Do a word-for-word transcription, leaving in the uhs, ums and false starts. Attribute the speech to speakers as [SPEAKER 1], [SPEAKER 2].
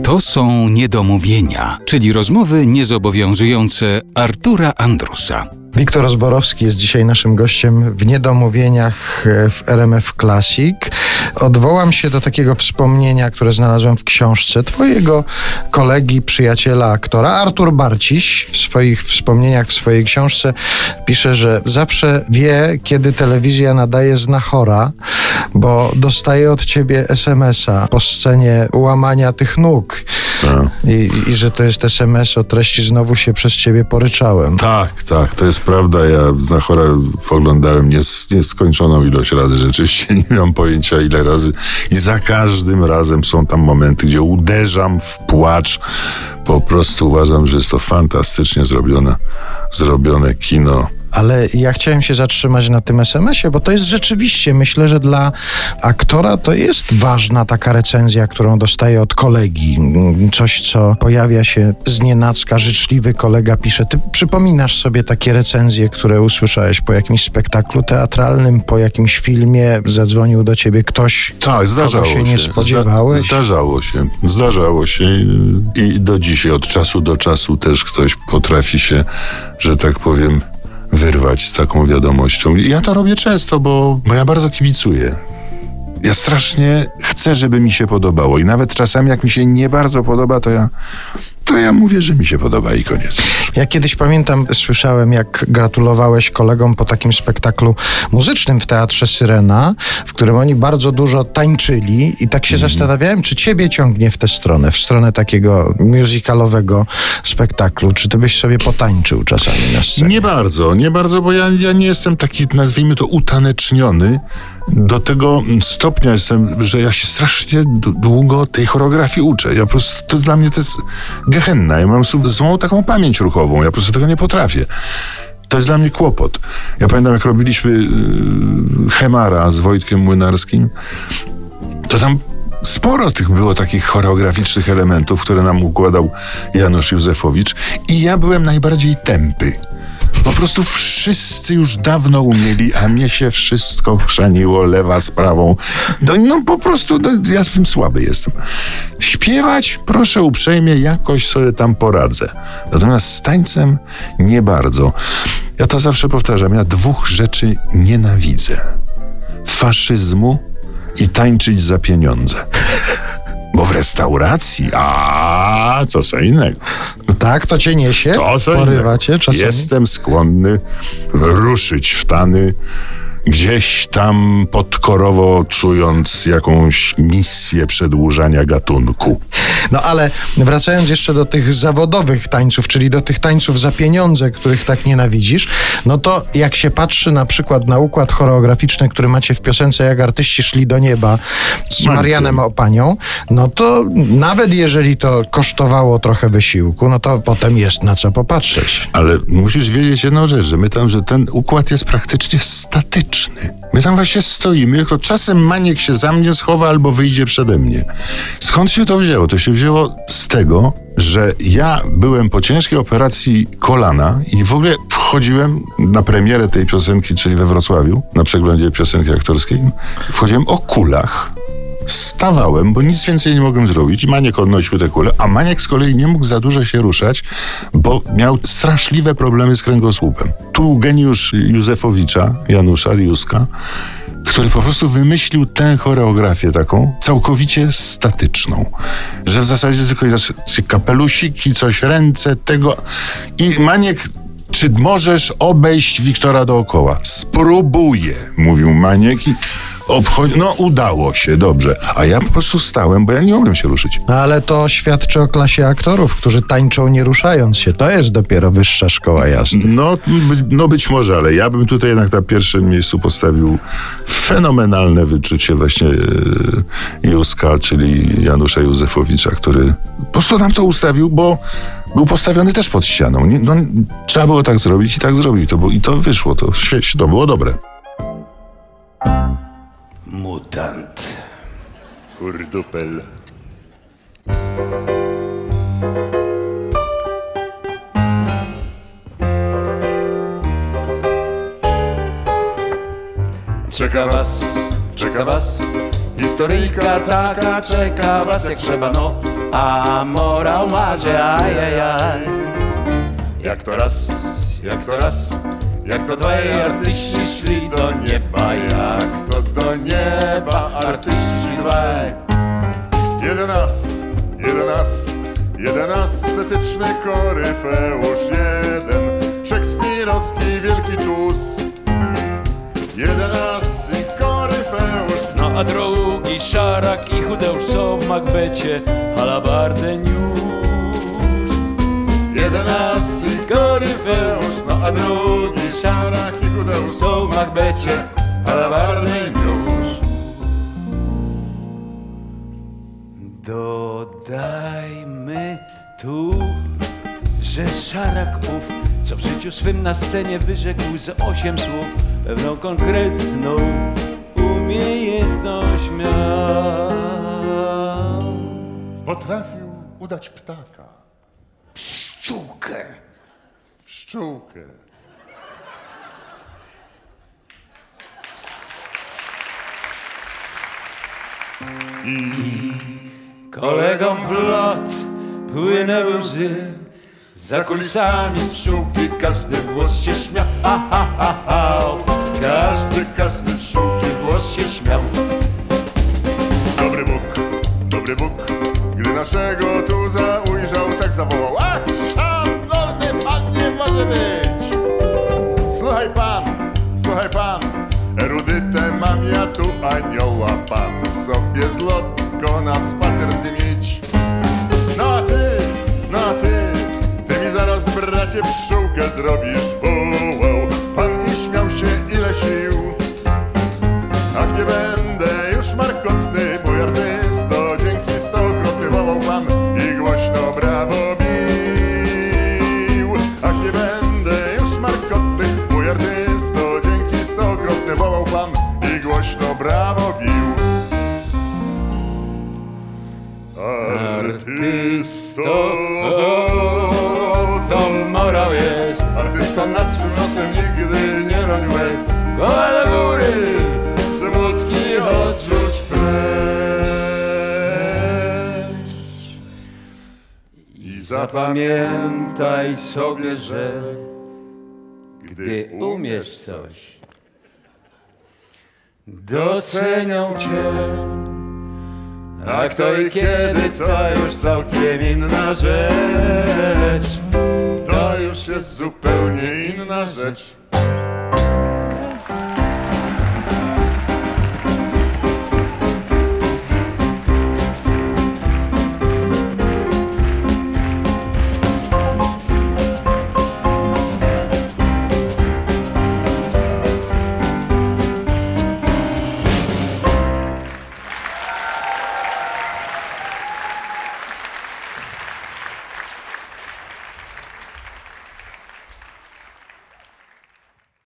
[SPEAKER 1] To są niedomówienia, czyli rozmowy niezobowiązujące Artura Andrusa.
[SPEAKER 2] Wiktor Zborowski jest dzisiaj naszym gościem w Niedomówieniach w R M F Classic. Odwołam się do takiego wspomnienia, które znalazłem w książce twojego kolegi, przyjaciela, aktora. Artur Barciś w swoich wspomnieniach, w swojej książce pisze, że zawsze wie, kiedy telewizja nadaje znachora, bo dostaje od ciebie es em es a po scenie łamania tych nóg. I, I że to jest es em es o treści "znowu się przez ciebie poryczałem".
[SPEAKER 3] Tak, tak, to jest prawda. Ja znachora oglądałem nies, nieskończoną ilość razy. Rzeczywiście nie mam pojęcia ile razy. I za każdym razem są tam momenty, gdzie uderzam w płacz. Po prostu uważam, że jest to fantastycznie zrobione, zrobione kino.
[SPEAKER 2] Ale ja chciałem się zatrzymać na tym es em es ie, bo to jest rzeczywiście, myślę, że dla aktora to jest ważna taka recenzja, którą dostaje od kolegi. Coś, co pojawia się znienacka, życzliwy kolega pisze. Ty przypominasz sobie takie recenzje, które usłyszałeś po jakimś spektaklu teatralnym, po jakimś filmie, zadzwonił do ciebie ktoś,
[SPEAKER 3] tak, zdarzało
[SPEAKER 2] kogo się
[SPEAKER 3] się
[SPEAKER 2] nie spodziewałeś?
[SPEAKER 3] Zda, zdarzało się, zdarzało się i do dzisiaj, od czasu do czasu też ktoś potrafi się, że tak powiem, wyrwać z taką wiadomością. Ja to robię często, bo, bo ja bardzo kibicuję. Ja strasznie chcę, żeby mi się podobało i nawet czasami jak mi się nie bardzo podoba, to ja to ja mówię, że mi się podoba i koniec.
[SPEAKER 2] Ja kiedyś pamiętam, słyszałem, jak gratulowałeś kolegom po takim spektaklu muzycznym w Teatrze Syrena, w którym oni bardzo dużo tańczyli i tak się mm. zastanawiałem, czy ciebie ciągnie w tę stronę, w stronę takiego musicalowego spektaklu. Czy ty byś sobie potańczył czasami na scenie?
[SPEAKER 3] Nie bardzo, nie bardzo, bo ja, ja nie jestem taki, nazwijmy to, utaneczniony. Do tego stopnia jestem, że ja się strasznie długo tej choreografii uczę. Ja po prostu, to dla mnie to jest gehenna. Ja mam złą taką pamięć ruchową. Ja po prostu tego nie potrafię. To jest dla mnie kłopot. Ja pamiętam, jak robiliśmy yy, Chemara z Wojtkiem Młynarskim, to tam sporo tych było takich choreograficznych elementów, które nam układał Janusz Józefowicz i ja byłem najbardziej tępy. Po prostu wszyscy już dawno umieli, a mnie się wszystko chrzaniło lewa z prawą. No, no po prostu no, ja w tym słaby jestem. Śpiewać, proszę uprzejmie, jakoś sobie tam poradzę. Natomiast z tańcem nie bardzo. Ja to zawsze powtarzam, ja dwóch rzeczy nienawidzę. Faszyzmu i tańczyć za pieniądze. Bo w restauracji, a co co innego.
[SPEAKER 2] Tak, to cię niesie,
[SPEAKER 3] to co
[SPEAKER 2] porywa cię czasami.
[SPEAKER 3] Jestem skłonny ruszyć w tany, gdzieś tam podkorowo czując jakąś misję przedłużania gatunku.
[SPEAKER 2] No ale wracając jeszcze do tych zawodowych tańców, czyli do tych tańców za pieniądze, których tak nienawidzisz, no to jak się patrzy na przykład na układ choreograficzny, który macie w piosence Jak artyści szli do nieba z Marianem Opanią, no to nawet jeżeli to kosztowało trochę wysiłku, no to potem jest na co popatrzeć.
[SPEAKER 3] Ale musisz wiedzieć jedną rzecz, że my tam, że ten układ jest praktycznie statyczny. My tam właśnie stoimy, tylko czasem Maniek się za mnie schowa albo wyjdzie przede mnie. Skąd się to wzięło? To się wzięło z tego, że ja byłem po ciężkiej operacji kolana i w ogóle wchodziłem na premierę tej piosenki, czyli we Wrocławiu, na przeglądzie piosenki aktorskiej. Wchodziłem o kulach. Stawałem, bo nic więcej nie mogłem zrobić. Maniek odnosił te kule, a Maniek z kolei nie mógł za dużo się ruszać, bo miał straszliwe problemy z kręgosłupem. Tu geniusz Józefowicza, Janusza Józka, który po prostu wymyślił tę choreografię taką całkowicie statyczną, że w zasadzie tylko kapelusiki, coś, ręce, tego i Maniek, czy możesz obejść Wiktora dookoła? Spróbuję, mówił Maniek i obchodzi... No udało się, dobrze. A ja po prostu stałem, bo ja nie mogłem się ruszyć.
[SPEAKER 2] No ale to świadczy o klasie aktorów, którzy tańczą nie ruszając się. To jest dopiero wyższa szkoła jazdy.
[SPEAKER 3] No, no być może, ale ja bym tutaj jednak na pierwszym miejscu postawił fenomenalne wyczucie właśnie Józka, czyli Janusza Józefowicza, który po prostu nam to ustawił, bo był postawiony też pod ścianą. Nie, no, trzeba było tak zrobić i tak zrobił. To, było, i to wyszło. To, to było dobre.
[SPEAKER 4] Mutant.
[SPEAKER 3] Kurdupel.
[SPEAKER 4] Czeka was, czeka was Historyjka taka czeka was jak trzeba, no, a morał marzy, ajajaj. Jak to raz, jak to raz, jak to dwaj artyści szli do nieba, jak to do nieba artyści szli dwaj.
[SPEAKER 5] Jeden as, jeden as, jeden ascetyczny koryfeusz, jeden szekspirowski wielki tus. Jeden as i koryfeusz,
[SPEAKER 4] No a drugi szarak i chudeusz, co w Makbecie halabardę niósł.
[SPEAKER 5] jeden as i koryfeusz, no a drugi szarak i chudeusz,
[SPEAKER 4] Co w Makbecie halabardę niósł. Dodajmy tu, że szarak ów, co w życiu swym na scenie wyrzekł z osiem słów, pewną konkretną umiejętność miał.
[SPEAKER 5] potrafił udać ptaka,
[SPEAKER 4] Pszczółkę.
[SPEAKER 5] pszczółkę.
[SPEAKER 4] Kolegom w lot płynęły łzy, za kulisami z pszczółki każdy w głos się śmiał. Ha, ha, ha, ha. Każdy, każdy z pszczółki w głos się śmiał.
[SPEAKER 5] Dobry Bóg, dobry Bóg, gdy naszego tuza ujrzał, tak zawołał: ach, szanowny pan nie może być! Słuchaj pan, słuchaj pan, erudytę mam ja tu anioła, pan sobie z lotko na spacer z nim idź. No a ty, no a ty, ty mi zaraz, bracie, pszczółkę zrobisz, wołał pan i śmiał się ile sił. Ach, nie będę już markotny, mój artysto, dzięki stokrotny, wołał pan i głośno brawo bił. Ach, nie będę już markotny, mój artysto, dzięki stokrotny, wołał pan i głośno brawo bił. Artysto,
[SPEAKER 4] To morał jest,
[SPEAKER 5] artysto, nad swym nosem nigdy nie roń łez.
[SPEAKER 4] głowa do góry,
[SPEAKER 5] Smutki odrzuć precz i
[SPEAKER 4] zapamiętaj sobie, że gdy umiesz coś, docenią cię. A kto i kiedy, to już całkiem inna rzecz.
[SPEAKER 5] to już jest zupełnie inna rzecz.